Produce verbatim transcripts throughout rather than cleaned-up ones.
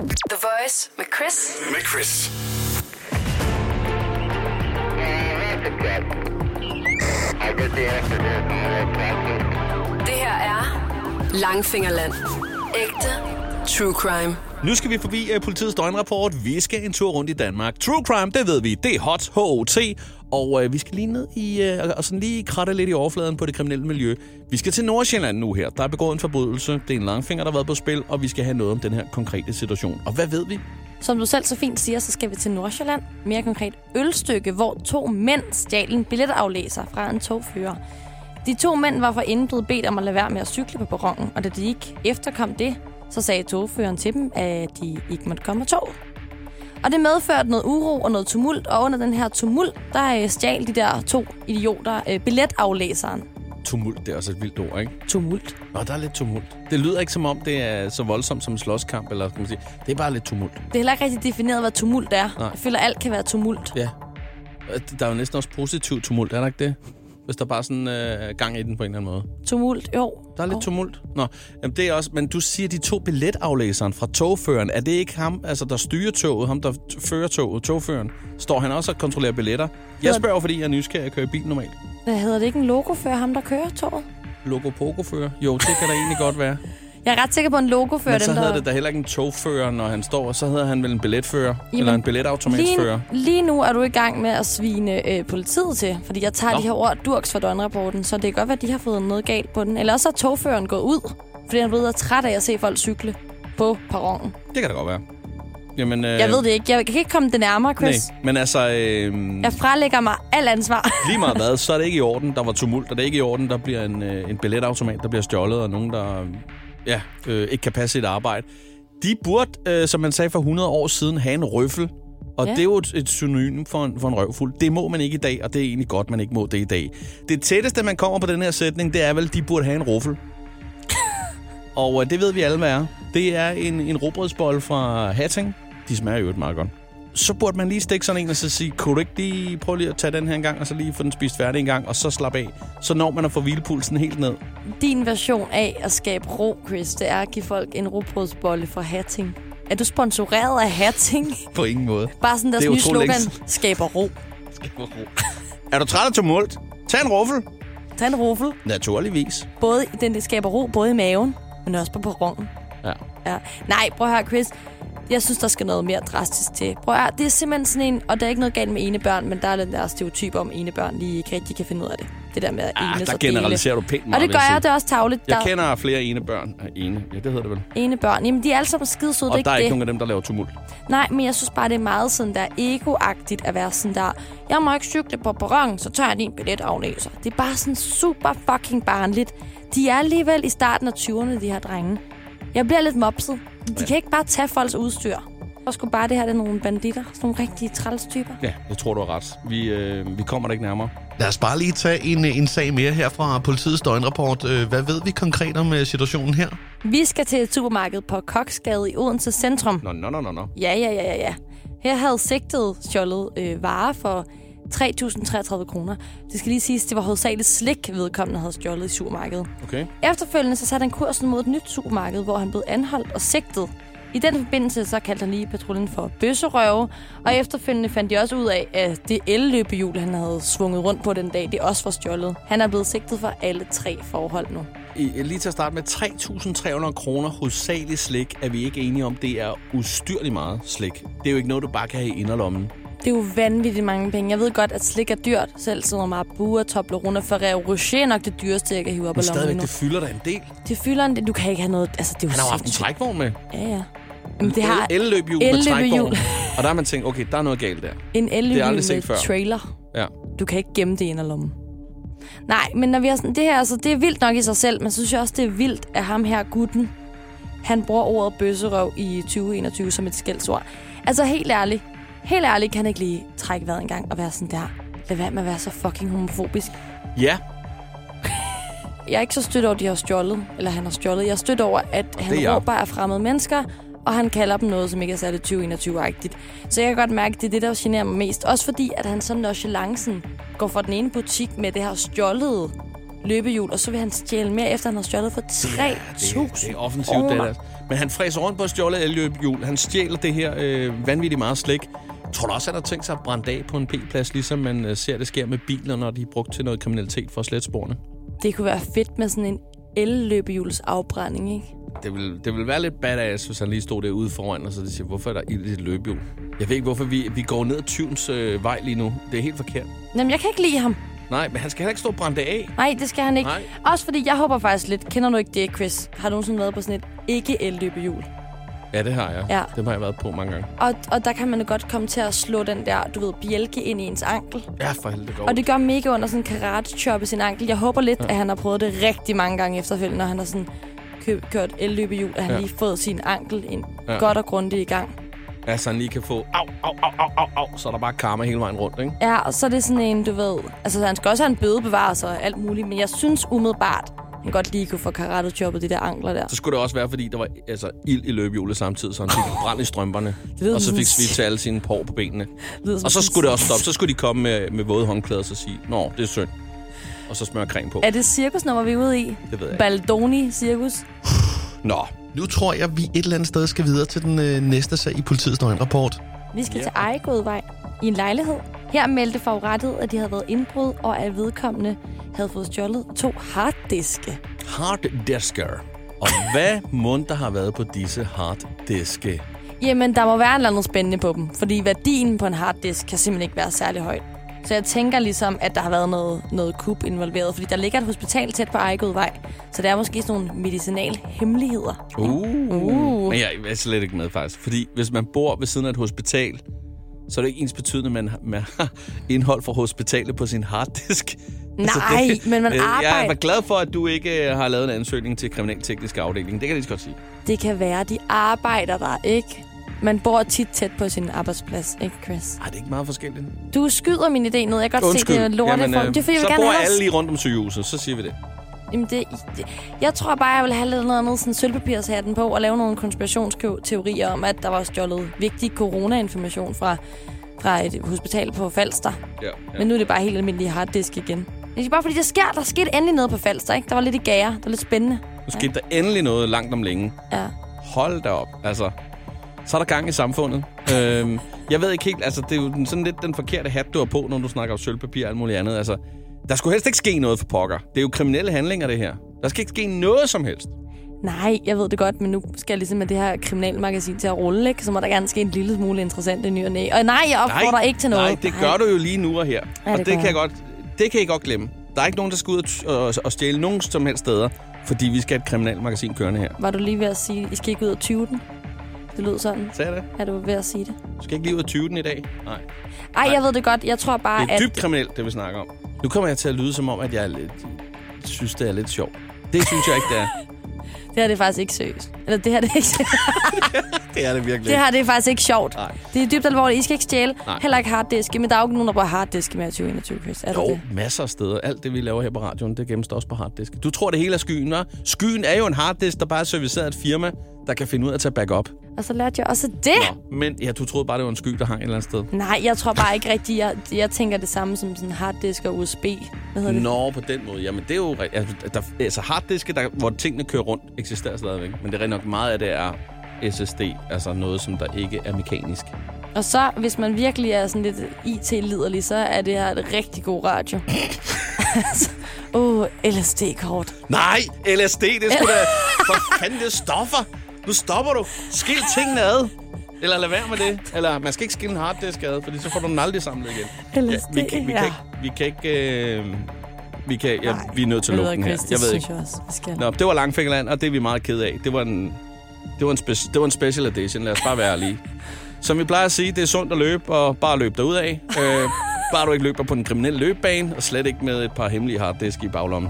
The Voice med Chris. Med Chris. Det her er Langfingerland. Ægte true crime. Nu skal vi forbi uh, politiets døgnrapport. Vi skal en tur rundt i Danmark. True crime, det ved vi. Det er hot, H O T. Og uh, vi skal lige ned i, uh, og sådan lige kratte lidt i overfladen på det kriminelle miljø. Vi skal til Nordsjælland nu her. Der er begået en forbrydelse. Det er en langfinger, der har været på spil. Og vi skal have noget om den her konkrete situation. Og hvad ved vi? Som du selv så fint siger, så skal vi til Nordsjælland. Mere konkret Ølstykke, hvor to mænd stjal en billetaflæser fra en togfører. De to mænd var forinden blevet bedt om at lade være med at cykle på perronen, og da de ikke efterkom det, så sagde togføreren til dem, at de ikke måtte komme af tog. Og det medførte noget uro og noget tumult, og under den her tumult, der stjal de der to idioter øh, billetaflæseren. Tumult, det er også et vildt ord, ikke? Tumult. Nå, der er lidt tumult. Det lyder ikke som om, det er så voldsomt som en slåskamp, eller skal man sige. Det er bare lidt tumult. Det er heller ikke rigtig defineret, hvad tumult er. Nej. Jeg føler, at alt kan være tumult. Ja. Der er jo næsten også positiv tumult, er der ikke det? Hvis der bare er sådan øh, gang i den på en eller anden måde. Tumult, jo. Der er lidt oh. tumult. Nå, jamen det er også... Men du siger, de to billetaflæseren fra togføreren. Er det ikke ham, altså der styrer toget, ham der fører toget, togføreren? Står han også og kontrollerer billetter? Jeg spørger, fordi jeg er nysgerrig at køre i bil normalt. Hvad hedder det ikke en logofører, ham der kører toget? Logo-pogo-fører? Jo, det kan da egentlig godt være. Jeg er ret sikker på en logofører. Men så dem, hedder der... det da heller ikke en togfører, når han står. Så hedder han vel en billetfører. Jamen, eller en billetautomatsfører. Lige, lige nu er du i gang med at svine øh, politiet til. Fordi jeg tager Nå. de her ord durks fra døgnrapporten. Så det kan godt være, at de har fået noget galt på den. Eller også er togføreren gået ud. Fordi han er blevet træt af at se folk cykle på perronen. Det kan da godt være. Jamen, øh... Jeg ved det ikke. Jeg kan ikke komme det nærmere, Chris. Nej, men altså... Øh... Jeg frelægger mig alt ansvar. Lige meget hvad, så er det ikke i orden. Der var tumult, og det er ikke i orden. Der bliver en, øh, en billetautomat, der bliver stjålet, og nogen, der ja, øh, ikke kan passe sit arbejde. De burde, øh, som man sagde for hundrede år siden, have en røffel. Og ja. Det er jo et, et synonym for en, for en røvfuld. Det må man ikke i dag, og det er egentlig godt, man ikke må det i dag. Det tætteste, man kommer på den her sætning, det er vel, de burde have en ruffel. Og øh, det ved vi alle, hvad er. Det er en, en rugbrødsbolle fra Hatting. De smager jo et meget godt. Så burde man lige stikke sådan en og så sige, kunne du ikke lige prøve lige at tage den her en gang, og så lige få den spist færdig en gang, og så slappe af. Så når man at få hvilepulsen helt ned. Din version af at skabe ro, Chris, det er at give folk en rugbrødsbolle fra Hatting. Er du sponsoreret af Hatting? På ingen måde. Bare sådan deres nye slogan, skaber ro. Skaber ro. Er du træt af tumult? Tag en ruffel. Tag en ruffel. Naturligvis. Både, den skaber ro både i maven, men også på perronen. Ja. ja. Nej, prøv at høre, Chris. Jeg synes, der skal noget mere drastisk til. Prøv at høre, det er simpelthen sådan en, og der er ikke noget galt med enebørn, men der er den der stereotyp om enebørn, lige ikke rigtig kan finde ud af det. Det der med at ah, enes der og dele. generaliserer du pænt meget. Og det gør jeg, det er også tavligt. Jeg der... kender flere enebørn. Ene, ja, det hedder det vel. Enebørn. Jamen, de er alle sammen skidesøde. Og det der er ikke ikke det. nogen af dem, der laver tumult. Nej, men jeg synes bare, det er meget sådan der egoagtigt at være sådan der, jeg må ikke cykle på perronen, så tager jeg din billetaflæser. Det er bare sådan super fucking barnligt. De er alligevel i starten af tyverne, de her drenge. Jeg bliver lidt mopset. De ja. kan ikke bare tage folks udstyr. Og skulle bare det her, det er nogle banditter, sådan nogle rigtige trælstyper. Ja, det tror du er ret. Vi, øh, vi kommer der ikke nærmere. Lad os bare lige tage en, en sag mere her fra politiets døgnrapport. Hvad ved vi konkret om situationen her? Vi skal til et supermarked på Koksgade i Odense Centrum. Nå, nå, nå, nå, nå. Ja, ja, ja, ja, ja. Her havde sigtet stjålet øh, varer for tre tusind treogtredive kroner. Det skal lige siges, det var hovedsageligt slik, vedkommende havde stjålet i supermarkedet. Okay. Efterfølgende så satte han kursen mod et nyt supermarked, hvor han blev anholdt og sigtet. I den forbindelse så kaldte han lige patruljen for bøsserøve, og efterfølgende fandt de også ud af, at det elløbehjul, han havde svunget rundt på den dag, det også var stjålet. Han er blevet sigtet for alle tre forhold nu. I, lige til at starte med tre tusind tre hundrede kroner hovedsageligt slik, er vi ikke enige om, det er ustyrligt meget slik. Det er jo ikke noget, du bare kan have i inderlommen. Det er jo vanvittigt mange penge. Jeg ved godt, at slik er dyrt. Selv sådan noget Marabou og Toblerone og Ferrero Rocher er nok det dyreste, jeg kan hive op af lommen nu. Men stadigvæk, det fylder da en del. Det fylder en del. Du kan ikke have noget... Altså, det er jo han har jo haft en trækvogn med. Ja, ja. Men det har elløbehjul med trækvogn. Og der har man tænkt, okay, der er noget galt der. En elløbehjul med før. Trailer. Ja. Du kan ikke gemme det i inderlommen. Nej, men når vi har sådan... Det her, altså, det er vildt nok i sig selv, men så synes jeg også, det er vildt, at ham her gutten, han bruger ordet bøsserøv i tyve enogtyve som et skældsord. Altså, helt ærligt. Helt ærligt kan han ikke lige trække vejret en gang og være sådan der. Lad være med at være så fucking homofobisk. Ja. Jeg er ikke så stødt over, at de har stjålet. Eller han har stjålet. Jeg er stødt over, at han råber af fremmede mennesker, og han kalder dem noget, som ikke er særligt tyve enogtyve-agtigt. Så jeg kan godt mærke, at det er det, der generer mig mest. Også fordi, at han sådan nonchalance går fra den ene butik med det her stjålede løbehjul, og så vil han stjæle mere, efter han har stjålet for tre tusind. Det, det er offensivt, det der. Men han fræser rundt på at stjåle elløbehjul. Han stjæler det her øh, vanvittigt meget slik. Tror du også, at han har tænkt sig at brænde af på en P-plads, ligesom man øh, ser det sker med biler, når de er brugt til noget kriminalitet for at slette sporene? Det kunne være fedt med sådan en elløbehjuls afbrænding, ikke? Det vil, det vil være lidt badass, hvis han lige stod derude foran, og så de siger, hvorfor er der ild i et løbehjul? Jeg ved ikke, hvorfor vi, vi går ned ad tyvens øh, vej lige nu. Det er helt forkert. Jamen, jeg kan ikke lide ham. Nej, men han skal heller ikke stå og brænde det af. Nej, det skal han ikke. Nej. Også fordi, jeg håber faktisk lidt. Kender du ikke det, Chris? Har du nogensinde været på sådan et ikke-elløbehjul? Ja, det har jeg. Ja. Det har jeg været på mange gange. Og, og der kan man jo godt komme til at slå den der, du ved, bjælke ind i ens ankel. Ja, for helvede, det går. Og det gør mega under sådan en karate-chop i sin ankel. Jeg håber lidt, ja. at han har prøvet det rigtig mange gange efterfølgende, når han har sådan kø- kørt elløbehjul, at han ja. lige fået sin ankel ind ja. godt og grundigt i gang. Ja, så han lige kan få au, au, au, au, au, au, så er der bare karma hele vejen rundt, ikke? Ja, og så er det sådan en, du ved... Altså, han skal også have en bødebevarelse og alt muligt, men jeg synes umiddelbart, han godt lige kunne få karate-choppet de der ankler der. Så skulle det også være, fordi der var altså ild i løbehjulet samtidig, så han fik brand i strømperne. Og så fik svigt til alle sine pår på benene. Og så skulle det også stoppe. Så skulle de komme med, med våde håndklæder og så sige, nå, det er synd. Og så smøre creme på. Er det cirkusnummer, vi er ude i? Det ved jeg. Baldoni-cirkus? Nå. Nu tror jeg, vi et eller andet sted skal videre til den øh, næste sag i politiets døgnrapport. Vi skal ja. til Ejegårdvej i en lejlighed. Her meldte forurettet, at de havde været indbrud, og at vedkommende havde fået stjålet to harddiske. Harddisker. Og hvad mund der har været på disse harddiske? Jamen, der må være et eller andet spændende på dem, fordi værdien på en harddisk kan simpelthen ikke være særlig høj. Så jeg tænker ligesom, at der har været noget, noget kub involveret, fordi der ligger et hospital tæt på Ejegårdvej, så det er måske sådan nogle medicinale hemmeligheder. Uh. uh. Men jeg er slet ikke med faktisk, fordi hvis man bor ved siden af et hospital, så er det ikke ens betydende, at man, man har indhold fra hospitalet på sin harddisk. Nej, altså det, men man arbejder... Jeg er glad for, at du ikke har lavet en ansøgning til kriminalteknisk afdeling. Det kan jeg lige så godt sige. Det kan være, de arbejder der, ikke? Man bor tit tæt på sin arbejdsplads, ikke Chris? Ej, det er ikke meget forskelligt. Du skyder min idé ned. Jeg kan godt Undskyld. se, det er lorte Jamen, for. Det er, fordi, så jeg bor have... alle lige rundt om sygehuset, så siger vi det. Jamen det, det, jeg tror bare, jeg vil have lidt noget andet sådan sølvpapirshatten på og lave nogle konspirationsteorier om, at der var stjålet vigtig corona-information fra, fra et hospital på Falster. Ja, ja. Men nu er det bare helt almindelig harddisk igen. Det er bare fordi, der sker, der skete endelig noget på Falster, ikke? Der var lidt i gære. Det var lidt spændende. Nu skete ja. der endelig noget langt om længe. Ja. Hold da op. Altså, så er der gang i samfundet. øhm, jeg ved ikke helt, altså det er jo sådan lidt den forkerte hat, du har på, når du snakker om sølvpapir og alt muligt andet. Altså, der skulle helst ikke ske noget for pokker. Det er jo kriminelle handlinger, det her. Der skal ikke ske noget som helst. Nej, jeg ved det godt, men nu skal jeg ligesom med det her kriminalmagasin til at rulle, ikke? Så må der gerne ske en lille smule interessant i ny og næ. Og nej, jeg opfordrer nej, ikke til noget. Nej, det gør nej. du jo lige nu og her. Ja, og det, det kan jeg godt, det kan I godt glemme. Der er ikke nogen, der skal ud og, og, og stjæle nogen som helst steder, fordi vi skal have et kriminalmagasin kørende her. Var du lige ved at sige, I skal ikke ud og tyve den? Det lød sådan. Sagde jeg det? Er du ved at sige det? Du skal ikke lige ud og tyve den i dag? Nej. Ej, jeg ved det godt. Jeg tror bare, at... Det er dybt at... kriminelt, det vi snakker om. Nu kommer jeg til at lyde som om, at jeg lidt, synes, det er lidt sjovt. Det synes jeg ikke, det er. Det her det er faktisk ikke seriøst. Eller det her det er ikke det er det virkelig. Det her det er faktisk ikke sjovt. Nej. Det er dybt alvorligt. I skal ikke stjæle. Nej. Heller ikke harddiske. Men der er jo ikke nogen, der bruger harddiske med tyve enogtyve, Chris. Er jo, det? masser af steder. Alt det, vi laver her på radioen, det gemmes også på harddisk. Du tror, det hele er skyen, hva'? Skyen er jo en harddisk, der bare er serviceret af et firma, der kan finde ud af at tage backup. Og så lærte jeg også det. Nå, men ja, du troede bare, det var en sky, der hang et eller andet sted. Nej, jeg tror bare ikke rigtigt. Jeg, jeg tænker det samme som sådan harddisk og U S B. Hvad hedder det? Nå, på den måde. Jamen, det er jo... Altså, der, altså harddiske, der, hvor tingene kører rundt, eksisterer stadigvæk. Men det er nok meget af det er S S D. Altså noget, som der ikke er mekanisk. Og så, hvis man virkelig er sådan lidt I T-liderlig, så er det her et rigtig god radio. Åh, oh, L S D-kort. Nej, L S D, det er sgu da... For fanden, det er stoffer. Nu stopper du. Skil tingene ad. Eller lad være med det. Eller man skal ikke skille en harddisk ad, fordi så får du den aldrig samlet igen. L S D, ja, vi, kan, vi, ja. kan ikke, vi kan ikke... Øh, vi, kan, ja, Nej, vi er nødt til at lukke den her. Chris, jeg ved det ikke. synes jeg også, vi skal. Nå, det var Langfingerland, og det er vi meget ked af. Det var en, det var en, speci- det var en special edition. Lad os bare være ærlige. Som vi plejer at sige, det er sundt at løbe, og bare løbe derudad. øh, bare du ikke løber på den kriminelle løbebane, og slet ikke med et par hemmelige harddisk i baglommen.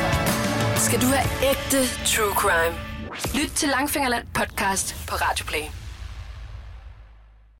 Skal du have ægte true crime? Lyt til Langfingerland podcast på Radio Play.